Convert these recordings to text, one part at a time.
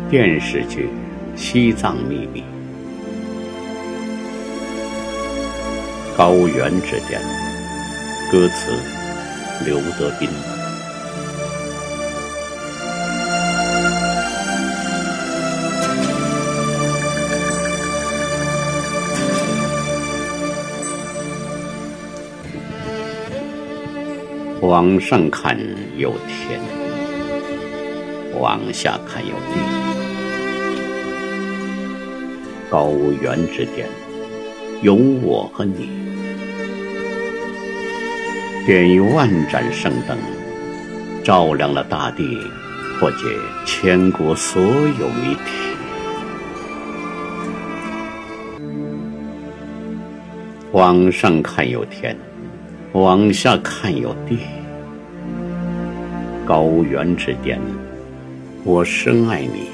电视剧《西藏秘密》，高原之巅，歌词刘德斌。往上看有天，往下看有地。高原之巅，有我和你。点一万盏圣灯，照亮了大地，破解千古所有谜题。往上看有天，往下看有地。高原之巅，我深爱你。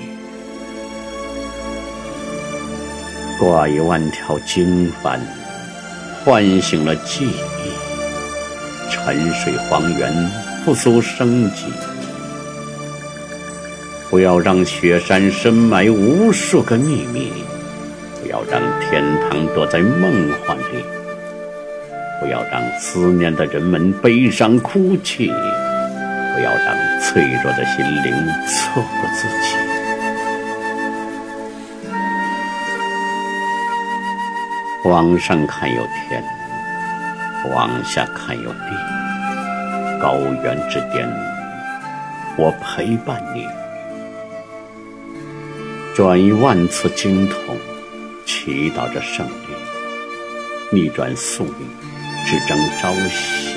挂一万条经幡，唤醒了记忆，沉睡荒原，复苏生机。不要让雪山深埋无数个秘密，不要让天堂躲在梦幻里，不要让思念的人们悲伤哭泣，不要让脆弱的心灵错过自己。往上看有天，往下看有地。高原之巅，我陪伴你。转一万次经痛，祈祷着胜利，逆转宿命，只争朝夕。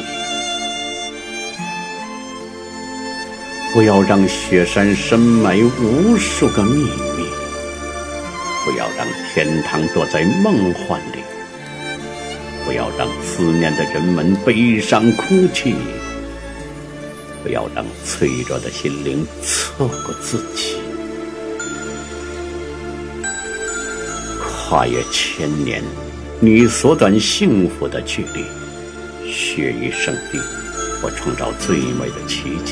不要让雪山深埋无数个秘密，不要让天堂躲在梦幻里，不要让思念的人们悲伤哭泣，不要让脆弱的心灵错过自己。跨越千年，你缩短幸福的距离，雪域圣地，我创造最美的奇迹。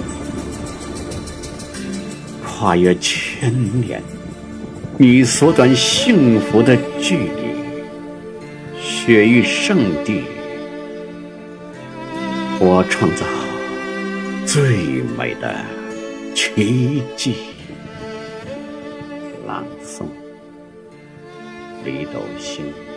跨越千年，你缩短幸福的距离，雪域圣地，我创造最美的奇迹。朗诵：李斗星。